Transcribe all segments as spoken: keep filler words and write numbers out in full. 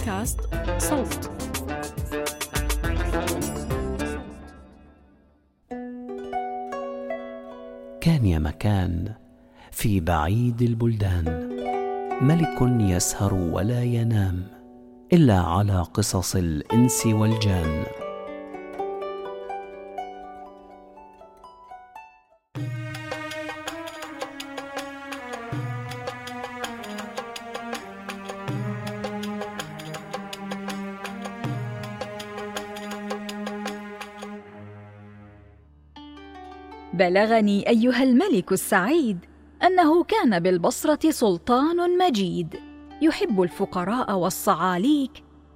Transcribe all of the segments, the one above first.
بودكاست صوت. كان يا مكان في بعيد البلدان ملك يسهر ولا ينام إلا على قصص الإنس والجان. بلغني أيها الملك السعيد أنه كان بالبصرة سلطان مجيد يحب الفقراء والصعاليك،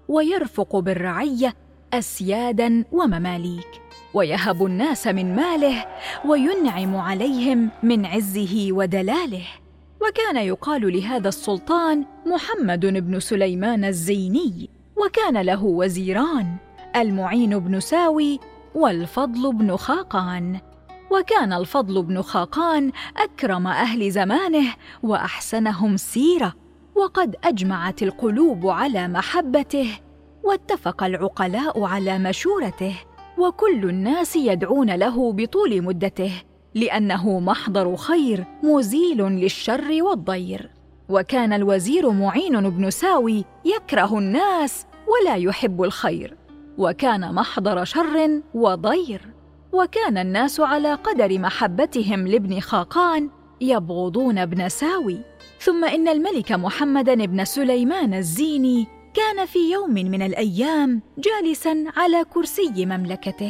ويرفق بالرعية أسياداً ومماليك، ويهب الناس من ماله وينعم عليهم من عزه ودلاله. وكان يقال لهذا السلطان محمد بن سليمان الزيني، وكان له وزيران، المعين بن ساوي والفضل بن خاقان. وكان الفضل بن خاقان أكرم أهل زمانه وأحسنهم سيرة، وقد أجمعت القلوب على محبته، واتفق العقلاء على مشورته، وكل الناس يدعون له بطول مدته، لأنه محضر خير مزيل للشر والضير. وكان الوزير معين بن ساوي يكره الناس ولا يحب الخير، وكان محضر شر وضير. وكان الناس على قدر محبتهم لابن خاقان يبغضون ابن ساوي. ثم إن الملك محمد بن سليمان الزيني كان في يوم من الأيام جالساً على كرسي مملكته،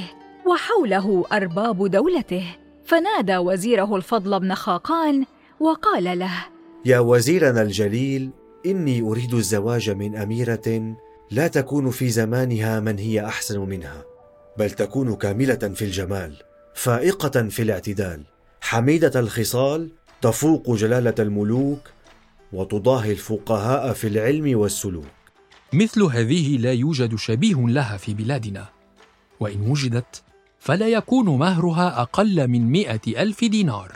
وحوله أرباب دولته، فنادى وزيره الفضل بن خاقان وقال له: يا وزيرنا الجليل، إني أريد الزواج من أميرة لا تكون في زمانها من هي أحسن منها، بل تكون كاملة في الجمال، فائقة في الاعتدال، حميدة الخصال، تفوق جلالة الملوك، وتضاهي الفقهاء في العلم والسلوك. مثل هذه لا يوجد شبيه لها في بلادنا، وإن وجدت فلا يكون مهرها أقل من مئة ألف دينار.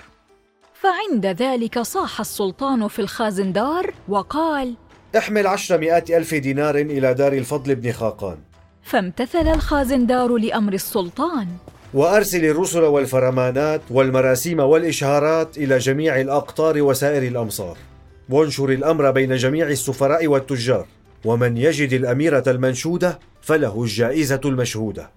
فعند ذلك صاح السلطان في الخازندار وقال: احمل عشرمائة ألف دينار إلى دار الفضل بن خاقان. فامتثل الخازندار لأمر السلطان، وأرسل الرسل والفرمانات والمراسيم والإشهارات إلى جميع الأقطار وسائر الأمصار، وانشر الأمر بين جميع السفراء والتجار، ومن يجد الأميرة المنشودة فله الجائزة المشهودة.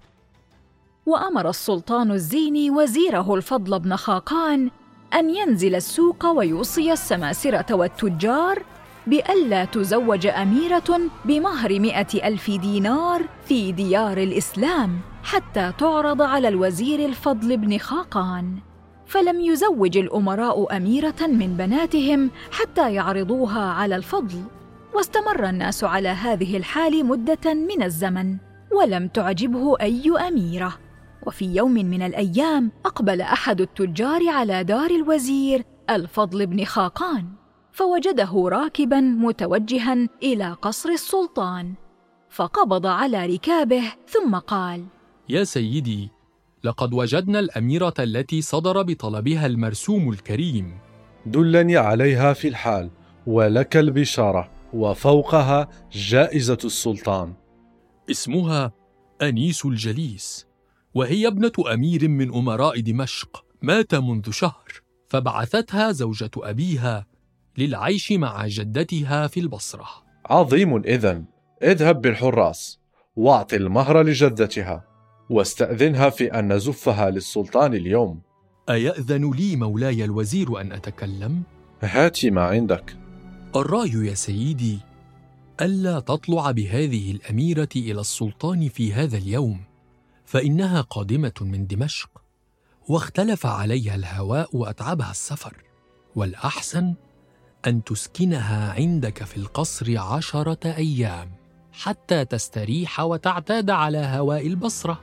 وأمر السلطان الزيني وزيره الفضل بن خاقان أن ينزل السوق ويوصي السماسرة والتجار بألا تزوج أميرة بمهر مئة ألف دينار في ديار الإسلام حتى تعرض على الوزير الفضل بن خاقان. فلم يزوج الأمراء أميرة من بناتهم حتى يعرضوها على الفضل، واستمر الناس على هذه الحال مدة من الزمن، ولم تعجبه أي أميرة. وفي يوم من الأيام أقبل أحد التجار على دار الوزير الفضل بن خاقان، فوجده راكباً متوجهاً إلى قصر السلطان، فقبض على ركابه ثم قال: يا سيدي، لقد وجدنا الأميرة التي صدر بطلبها المرسوم الكريم. دلني عليها في الحال، ولك البشارة، وفوقها جائزة السلطان. اسمها أنيس الجليس، وهي ابنة أمير من أمراء دمشق مات منذ شهر، فبعثتها زوجة أبيها للعيش مع جدتها في البصرة. عظيم. إذن اذهب بالحراس واعط المهر لجدتها، واستأذنها في أن نزفها للسلطان اليوم. أيأذن لي مولاي الوزير أن أتكلم؟ هات ما عندك. الرأي يا سيدي ألا تطلع بهذه الأميرة إلى السلطان في هذا اليوم، فإنها قادمة من دمشق، واختلف عليها الهواء وأتعبها السفر، والأحسن أن تسكنها عندك في القصر عشرة أيام حتى تستريح وتعتاد على هواء البصرة،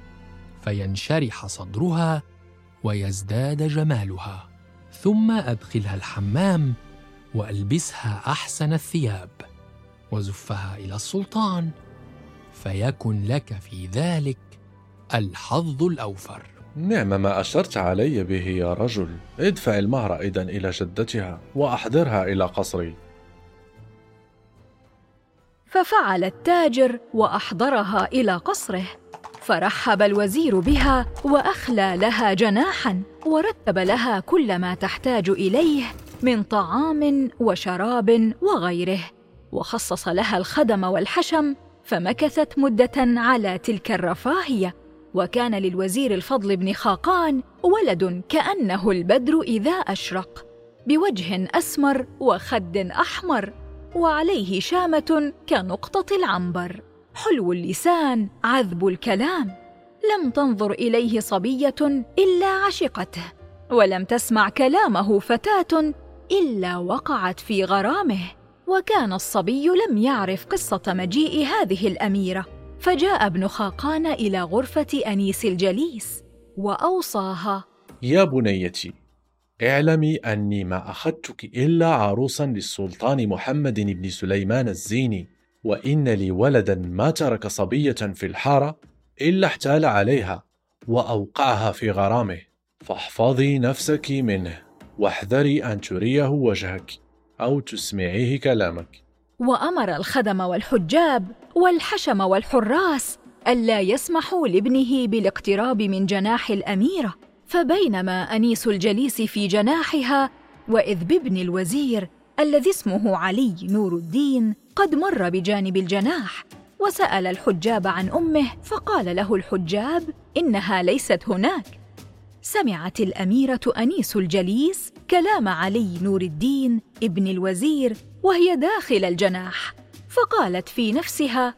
فينشرح صدرها ويزداد جمالها، ثم أدخلها الحمام وألبسها أحسن الثياب، وزفها إلى السلطان، فيكن لك في ذلك الحظ الأوفر. نعم ما أشرت علي به يا رجل. ادفع المهر إذن إلى جدتها وأحضرها إلى قصري. ففعل التاجر وأحضرها إلى قصره، فرحب الوزير بها وأخلى لها جناحاً، ورتب لها كل ما تحتاج إليه من طعام وشراب وغيره، وخصص لها الخدم والحشم، فمكثت مدة على تلك الرفاهية. وكان للوزير الفضل بن خاقان ولد كأنه البدر إذا أشرق، بوجه أسمر وخد أحمر، وعليه شامة كنقطة العنبر، حلو اللسان عذب الكلام، لم تنظر إليه صبية إلا عشقته، ولم تسمع كلامه فتاة إلا وقعت في غرامه. وكان الصبي لم يعرف قصة مجيء هذه الأميرة، فجاء ابن خاقان إلى غرفة أنيس الجليس وأوصاها: يا بنيتي، اعلمي أني ما أخذتك إلا عروسا للسلطان محمد بن سليمان الزيني، وإن لي ولدا ما ترك صبية في الحارة إلا احتال عليها وأوقعها في غرامه، فاحفظي نفسك منه، واحذري أن تريه وجهك أو تسمعيه كلامك. وأمر الخدم والحجاب والحشم والحراس ألا يسمحوا لابنه بالاقتراب من جناح الأميرة. فبينما أنيس الجليس في جناحها، وإذ بابن الوزير الذي اسمه علي نور الدين قد مر بجانب الجناح، وسأل الحجاب عن أمه، فقال له الحجاب إنها ليست هناك. سمعت الأميرة أنيس الجليس كلام علي نور الدين ابن الوزير وهي داخل الجناح، فقالت في نفسها: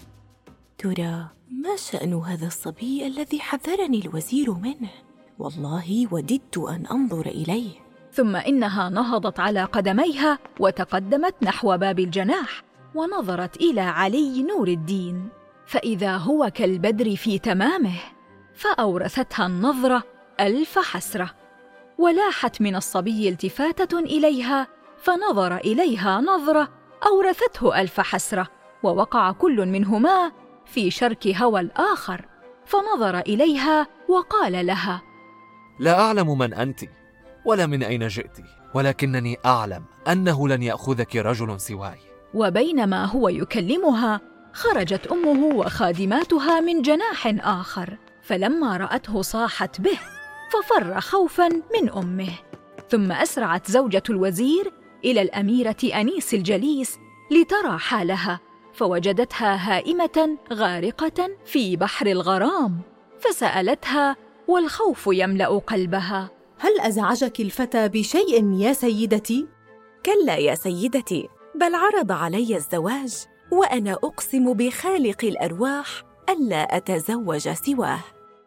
ترى ما شأن هذا الصبي الذي حذرني الوزير منه؟ والله وددت أن أنظر إليه. ثم إنها نهضت على قدميها وتقدمت نحو باب الجناح، ونظرت إلى علي نور الدين، فإذا هو كالبدر في تمامه، فأورثتها النظرة ألف حسرة. ولاحت من الصبي التفاتة إليها، فنظر إليها نظرة أورثته ألف حسرة، ووقع كل منهما في شرك هوى الآخر، فنظر إليها وقال لها: لا أعلم من أنت ولا من أين جئت، ولكنني أعلم أنه لن يأخذك رجل سواي. وبينما هو يكلمها، خرجت أمه وخادماتها من جناح آخر، فلما رأته صاحت به، ففر خوفاً من أمه. ثم أسرعت زوجة الوزير إلى الأميرة أنيس الجليس لترى حالها، فوجدتها هائمة غارقة في بحر الغرام، فسألتها والخوف يملأ قلبها: هل أزعجك الفتى بشيء يا سيدتي؟ كلا يا سيدتي، بل عرض علي الزواج، وأنا أقسم بخالق الأرواح ألا أتزوج سواه.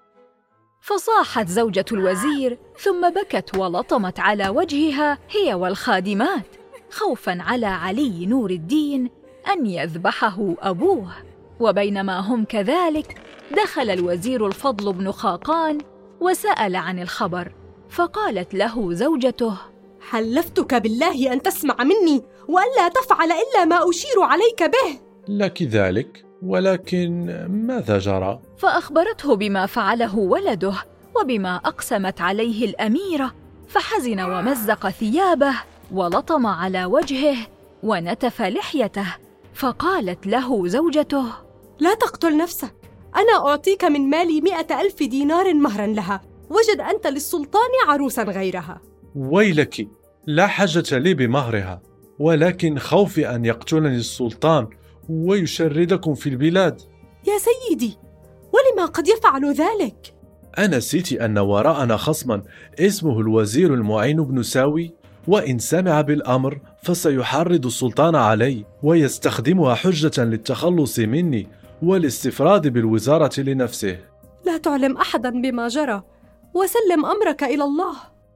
فصاحت زوجة الوزير، ثم بكت ولطمت على وجهها هي والخادمات، خوفاً على علي نور الدين أن يذبحه أبوه. وبينما هم كذلك، دخل الوزير الفضل بن خاقان وسأل عن الخبر، فقالت له زوجته: حلفتك بالله أن تسمع مني وألا تفعل إلا ما أشير عليك به. لك ذلك، ولكن ماذا جرى؟ فأخبرته بما فعله ولده وبما أقسمت عليه الأميرة، فحزن ومزق ثيابه ولطم على وجهه ونتف لحيته. فقالت له زوجته: لا تقتل نفسك، أنا أعطيك من مالي مئة ألف دينار مهراً لها، وجد أنت للسلطان عروساً غيرها. ويلك، لا حاجة لي بمهرها، ولكن خوفي أن يقتلني السلطان ويشردكم في البلاد. يا سيدي، ولما قد يفعل ذلك؟ أنسيت أن وراءنا خصماً اسمه الوزير المعين بن ساوي، وإن سمع بالأمر فسيحرض السلطان علي ويستخدمها حجة للتخلص مني والاستفراد بالوزارة لنفسه. لا تعلم أحداً بما جرى، وسلم أمرك إلى الله.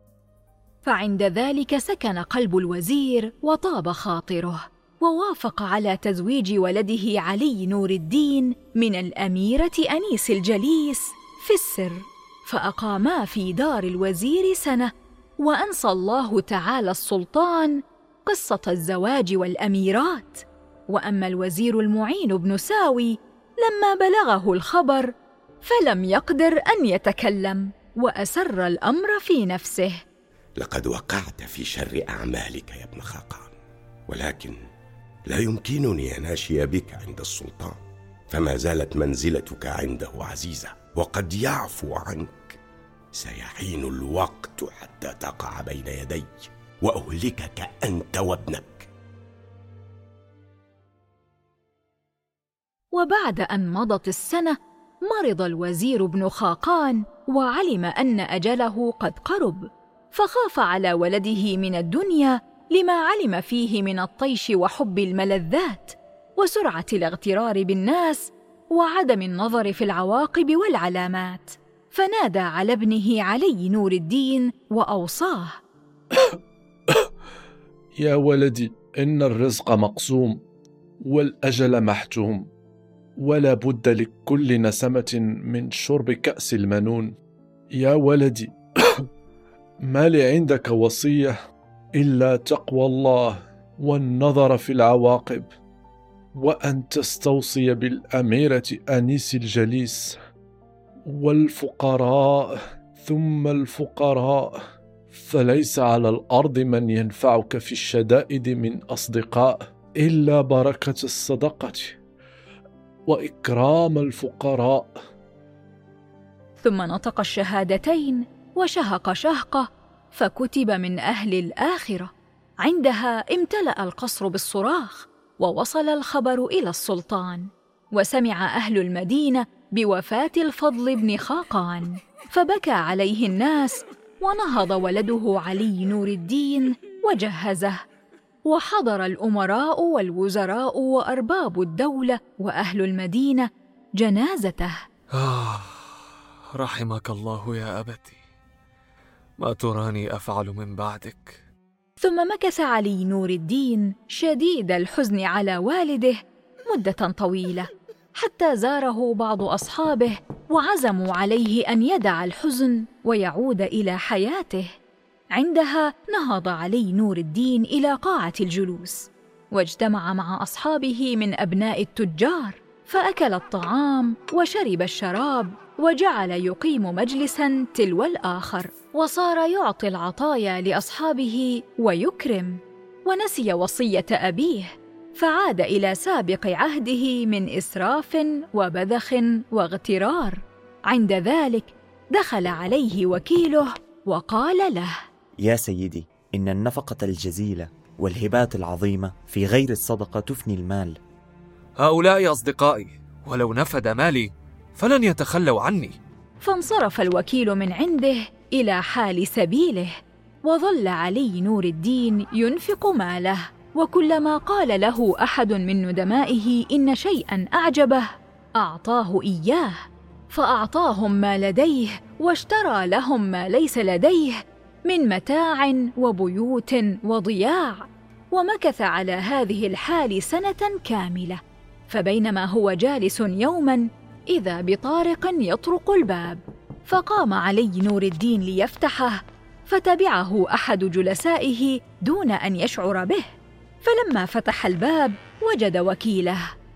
فعند ذلك سكن قلب الوزير وطاب خاطره، ووافق على تزويج ولده علي نور الدين من الأميرة أنيس الجليس في السر، فأقاما في دار الوزير سنة، وأنسى الله تعالى السلطان قصة الزواج والأميرات. وأما الوزير المعين بن ساوي لما بلغه الخبر فلم يقدر أن يتكلم، وأسر الأمر في نفسه: لقد وقعت في شر أعمالك يا ابن خاقان، ولكن لا يمكنني أن أشي بك عند السلطان، فما زالت منزلتك عنده عزيزة، وقد يعفو عنك. سيحين الوقت حتى تقع بين يدي وأهلكك أنت وابنك. وبعد أن مضت السنة، مرض الوزير ابن خاقان وعلم أن أجله قد قرب، فخاف على ولده من الدنيا لما علم فيه من الطيش وحب الملذات وسرعة الاغترار بالناس وعدم النظر في العواقب والعلامات، فنادى على ابنه علي نور الدين وأوصاه: يا ولدي، إن الرزق مقسوم والأجل محتوم، ولا بد لكل نسمة من شرب كأس المنون. يا ولدي، ما لي عندك وصية إلا تقوى الله والنظر في العواقب، وأن تستوصي بالأميرة أنيس الجليس، والفقراء ثم الفقراء، فليس على الأرض من ينفعك في الشدائد من أصدقاء إلا بركة الصدقة وإكرام الفقراء. ثم نطق الشهادتين وشهق شهقة، فكتب من أهل الآخرة. عندها امتلأ القصر بالصراخ، ووصل الخبر إلى السلطان، وسمع أهل المدينة بوفاة الفضل بن خاقان، فبكى عليه الناس، ونهض ولده علي نور الدين وجهزه، وحضر الأمراء والوزراء وأرباب الدولة وأهل المدينة جنازته. آه رحمك الله يا أبتي، ما تراني أفعل من بعدك. ثم مكث علي نور الدين شديد الحزن على والده مدة طويلة، حتى زاره بعض أصحابه وعزموا عليه أن يدع الحزن ويعود إلى حياته. عندها نهض علي نور الدين إلى قاعة الجلوس، واجتمع مع أصحابه من أبناء التجار، فأكل الطعام وشرب الشراب، وجعل يقيم مجلساً تلو الآخر، وصار يعطي العطايا لأصحابه ويكرم، ونسي وصية أبيه، فعاد إلى سابق عهده من إسراف وبذخ واغترار. عند ذلك دخل عليه وكيله وقال له: يا سيدي، إن النفقة الجزيلة والهبات العظيمة في غير الصدقة تفني المال. هؤلاء أصدقائي، ولو نفد مالي فلن يتخلوا عني. فانصرف الوكيل من عنده إلى حال سبيله، وظل علي نور الدين ينفق ماله، وكلما قال له أحد من ندمائه إن شيئاً أعجبه أعطاه إياه، فأعطاهم ما لديه واشترى لهم ما ليس لديه من متاع وبيوت وضياع، ومكث على هذه الحال سنة كاملة. فبينما هو جالس يوماً، إذا بطارق يطرق الباب، فقام علي نور الدين ليفتحه، فتبعه أحد جلسائه دون أن يشعر به. فلما فتح الباب وجد وكيله،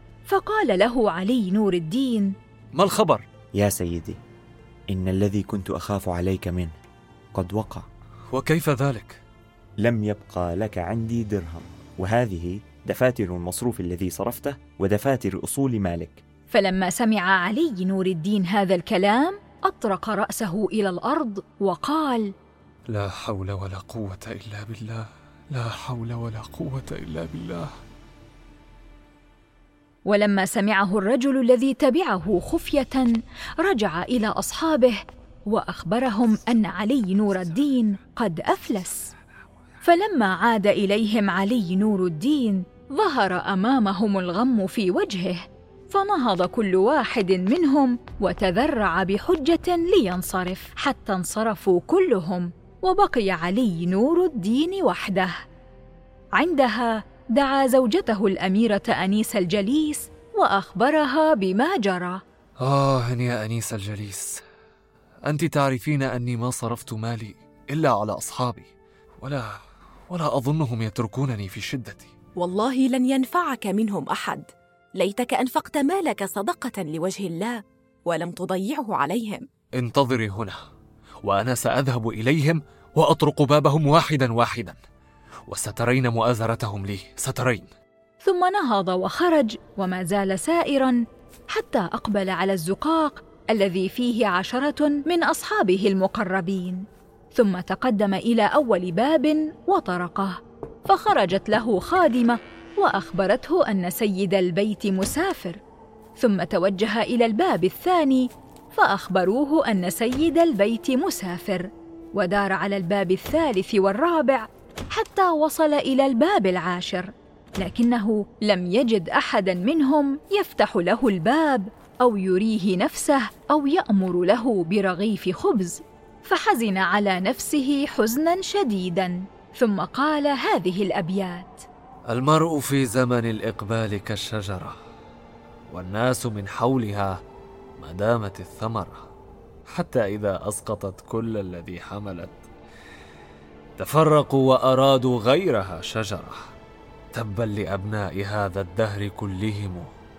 فقال له علي نور الدين: ما الخبر؟ يا سيدي، إن الذي كنت أخاف عليك منه قد وقع. وكيف ذلك؟ لم يبقى لك عندي درهم، وهذه دفاتر المصروف الذي صرفته ودفاتر أصول مالك. فلما سمع علي نور الدين هذا الكلام أطرق رأسه إلى الأرض وقال: لا حول ولا قوة إلا بالله، لا حول ولا قوة إلا بالله. ولما سمعه الرجل الذي تبعه خفية، رجع إلى أصحابه وأخبرهم أن علي نور الدين قد أفلس. فلما عاد إليهم علي نور الدين، ظهر أمامهم الغم في وجهه، فنهض كل واحد منهم وتذرع بحجة لينصرف، حتى انصرفوا كلهم، وبقي علي نور الدين وحده. عندها دعا زوجته الأميرة أنيس الجليس وأخبرها بما جرى. آه يا أنيس الجليس، أنت تعرفين أني ما صرفت مالي إلا على أصحابي، ولا ولا أظنهم يتركونني في شدتي. والله لن ينفعك منهم أحد، ليتك أنفقت مالك صدقة لوجه الله ولم تضيعه عليهم. انتظري هنا، وأنا سأذهب إليهم وأطرق بابهم واحدا واحدا، وسترين مؤازرتهم لي، سترين. ثم نهض وخرج وما زال سائراً حتى أقبل على الزقاق الذي فيه عشرة من أصحابه المقربين، ثم تقدم إلى أول باب وطرقه، فخرجت له خادمة وأخبرته أن سيد البيت مسافر، ثم توجه إلى الباب الثاني فأخبروه أن سيد البيت مسافر، ودار على الباب الثالث والرابع حتى وصل إلى الباب العاشر، لكنه لم يجد أحداً منهم يفتح له الباب أو يريه نفسه أو يأمر له برغيف خبز، فحزن على نفسه حزناً شديداً، ثم قال هذه الأبيات: المرء في زمن الإقبال كالشجرة، والناس من حولها ما دامت الثمرة، حتى إذا أسقطت كل الذي حملت تفرقوا وأرادوا غيرها شجرة. تبا لأبناء هذا الدهر كلهم،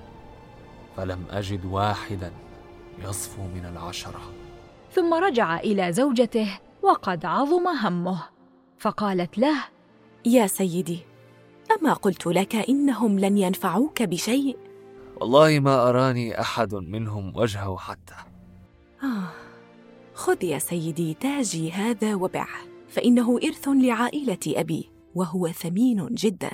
فلم أجد واحدا يصفو من العشرة. ثم رجع إلى زوجته وقد عظم همه، فقالت له: يا سيدي، أما قلت لك إنهم لن ينفعوك بشيء؟ والله ما أراني أحد منهم وجهه حتى. آه، خذ يا سيدي تاجي هذا وبعه، فإنه إرث لعائلة أبي وهو ثمين جدا.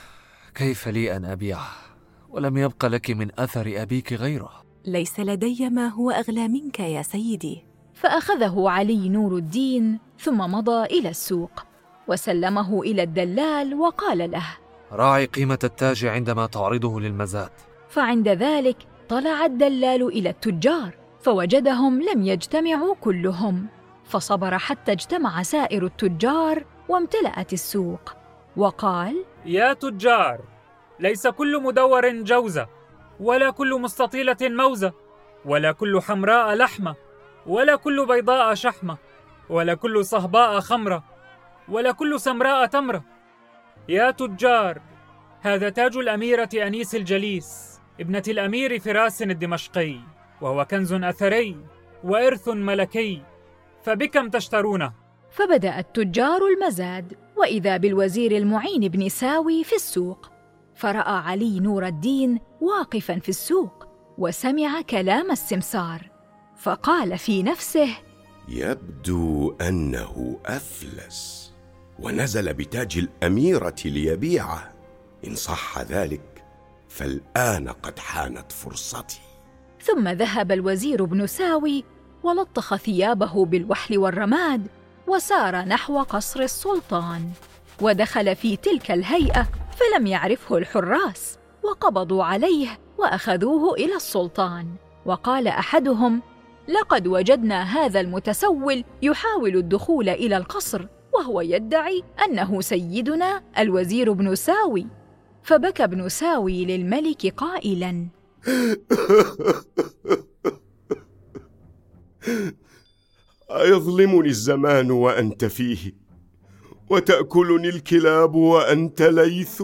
كيف لي أن أبيعه ولم يبق لك من أثر أبيك غيره؟ ليس لدي ما هو أغلى منك يا سيدي. فأخذه علي نور الدين ثم مضى إلى السوق وسلمه إلى الدلال وقال له: راعي قيمة التاج عندما تعرضه للمزاد. فعند ذلك طلع الدلال إلى التجار فوجدهم لم يجتمعوا كلهم، فصبر حتى اجتمع سائر التجار وامتلأت السوق، وقال: يا تجار، ليس كل مدور جوزة، ولا كل مستطيلة موزة، ولا كل حمراء لحمة، ولا كل بيضاء شحمة، ولا كل صهباء خمرة، ولا كل سمراء تمرة. يا تجار، هذا تاج الأميرة أنيس الجليس ابنة الأمير فراس الدمشقي، وهو كنز أثري وإرث ملكي، فبكم تشترونه؟ فبدأ التجار المزاد، وإذا بالوزير المعين بن ساوي في السوق، فرأى علي نور الدين واقفاً في السوق وسمع كلام السمسار، فقال في نفسه: يبدو أنه أفلس ونزل بتاج الأميرة ليبيعه، إن صح ذلك فالآن قد حانت فرصتي. ثم ذهب الوزير بن ساوي ولطخ ثيابه بالوحل والرماد وسار نحو قصر السلطان، ودخل في تلك الهيئة فلم يعرفه الحراس، وقبضوا عليه وأخذوه إلى السلطان. وقال أحدهم: لقد وجدنا هذا المتسول يحاول الدخول إلى القصر وهو يدعي أنه سيدنا الوزير بن ساوي. فبكى ابن ساوي للملك قائلاً: أيظلمني الزمان وأنت فيه، وتأكلني الكلاب وأنت ليث،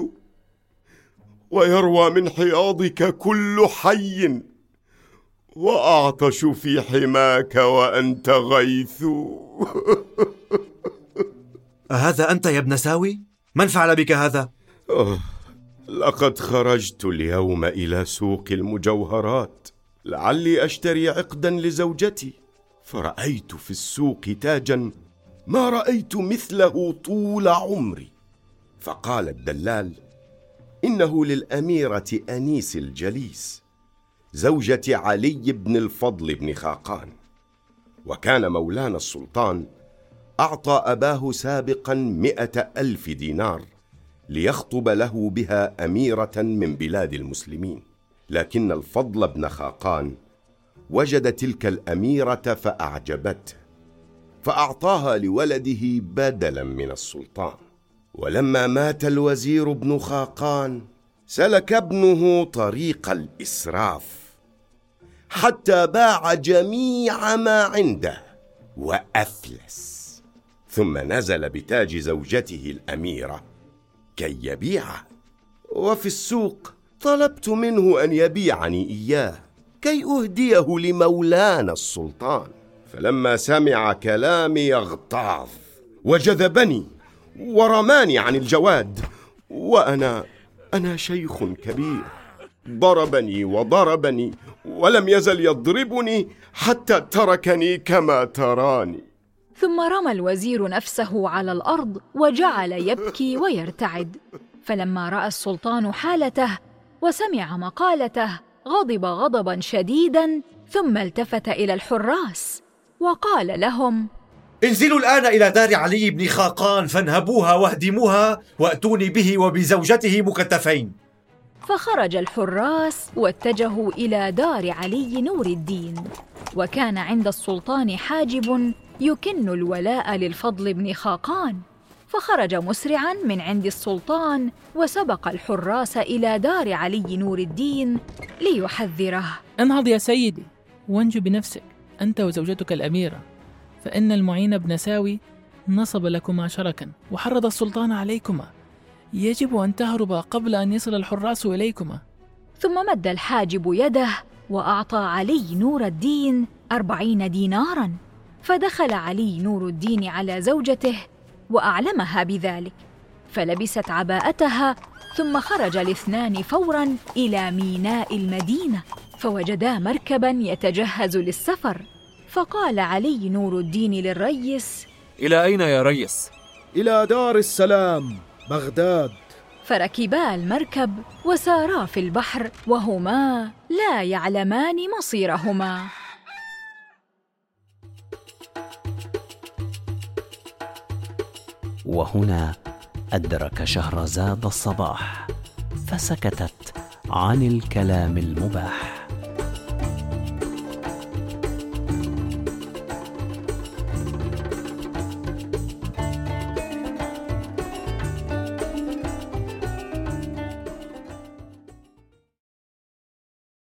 ويروى من حياضك كل حي، وأعطش في حماك وأنت غيث. أهذا أنت يا ابن ساوي؟ من فعل بك هذا؟ أوه، لقد خرجت اليوم إلى سوق المجوهرات لعلي أشتري عقدا لزوجتي، فرأيت في السوق تاجا ما رأيت مثله طول عمري. فقال الدلال: إنه للأميرة أنيس الجليس زوجة علي بن الفضل بن خاقان، وكان مولانا السلطان أعطى أباه سابقا مئة ألف دينار ليخطب له بها أميرة من بلاد المسلمين، لكن الفضل بن خاقان وجد تلك الأميرة فأعجبته، فأعطاها لولده بدلا من السلطان. ولما مات الوزير بن خاقان سلك ابنه طريق الإسراف حتى باع جميع ما عنده وأفلس، ثم نزل بتاج زوجته الأميرة كي يبيعه. وفي السوق طلبت منه أن يبيعني إياه كي أهديه لمولانا السلطان، فلما سمع كلامي اغتاظ وجذبني ورماني عن الجواد، وأنا أنا شيخ كبير، ضربني وضربني ولم يزل يضربني حتى تركني كما تراني. ثم رمى الوزير نفسه على الأرض وجعل يبكي ويرتعد. فلما رأى السلطان حالته وسمع مقالته غضب غضبا شديدا، ثم التفت إلى الحراس وقال لهم: انزلوا الآن إلى دار علي بن خاقان فانهبوها واهدموها وأتوني به وبزوجته مكتفين. فخرج الحراس واتجهوا إلى دار علي نور الدين، وكان عند السلطان حاجب يكن الولاء للفضل بن خاقان، فخرج مسرعا من عند السلطان وسبق الحراس إلى دار علي نور الدين ليحذره: انهض يا سيدي وانجو بنفسك أنت وزوجتك الأميرة، فإن المعين بن ساوي نصب لكما شركا وحرض السلطان عليكما، يجب أن تهربا قبل أن يصل الحراس إليكما. ثم مد الحاجب يده وأعطى علي نور الدين أربعين ديناراً، فدخل علي نور الدين على زوجته وأعلمها بذلك، فلبست عباءتها، ثم خرج الاثنان فوراً إلى ميناء المدينة، فوجدا مركباً يتجهز للسفر. فقال علي نور الدين للريس: إلى أين يا ريس؟ إلى دار السلام بغداد. فركبا المركب وسارا في البحر وهما لا يعلمان مصيرهما. وهنا أدرك شهرزاد الصباح، فسكتت عن الكلام المباح.